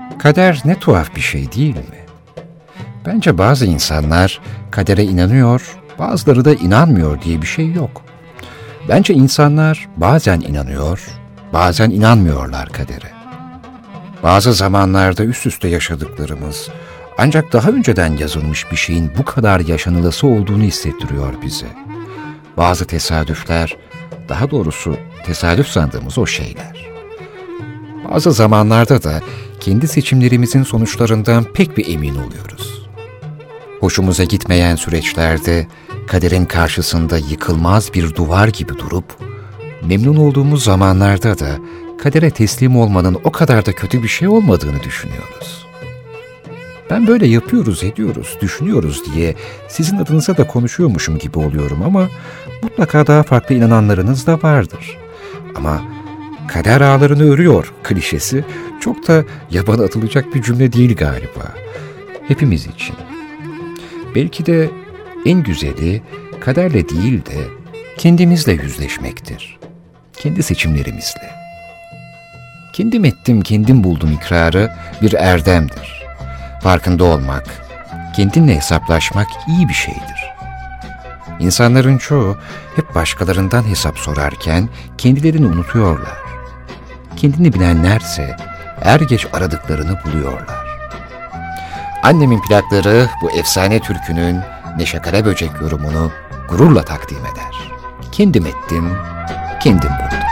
Kader ne tuhaf bir şey değil mi? Bence bazı insanlar kadere inanıyor, bazıları da inanmıyor diye bir şey yok. Bence insanlar bazen inanıyor, bazen inanmıyorlar kadere. Bazı zamanlarda üst üste yaşadıklarımız, ancak daha önceden yazılmış bir şeyin bu kadar yaşanılası olduğunu hissettiriyor bize. Bazı tesadüfler, daha doğrusu tesadüf sandığımız o şeyler. Bazı zamanlarda da kendi seçimlerimizin sonuçlarından pek bir emin oluyoruz. Hoşumuza gitmeyen süreçlerde kaderin karşısında yıkılmaz bir duvar gibi durup, memnun olduğumuz zamanlarda da kadere teslim olmanın o kadar da kötü bir şey olmadığını düşünüyoruz. Ben böyle yapıyoruz, ediyoruz, düşünüyoruz diye sizin adınıza da konuşuyormuşum gibi oluyorum ama mutlaka daha farklı inananlarınız da vardır. Ama kader ağlarını örüyor klişesi çok da yabana atılacak bir cümle değil galiba. Hepimiz için. Belki de en güzeli kaderle değil de kendimizle yüzleşmektir. Kendi seçimlerimizle. Kendim ettim, kendim buldum ikrarı bir erdemdir. Farkında olmak, kendinle hesaplaşmak iyi bir şeydir. İnsanların çoğu hep başkalarından hesap sorarken kendilerini unutuyorlar. Kendini bilenlerse er geç aradıklarını buluyorlar. Annemin plakları bu efsane türkünün Neşe Karaböcek yorumunu gururla takdim eder. Kendim ettim, kendim buldum.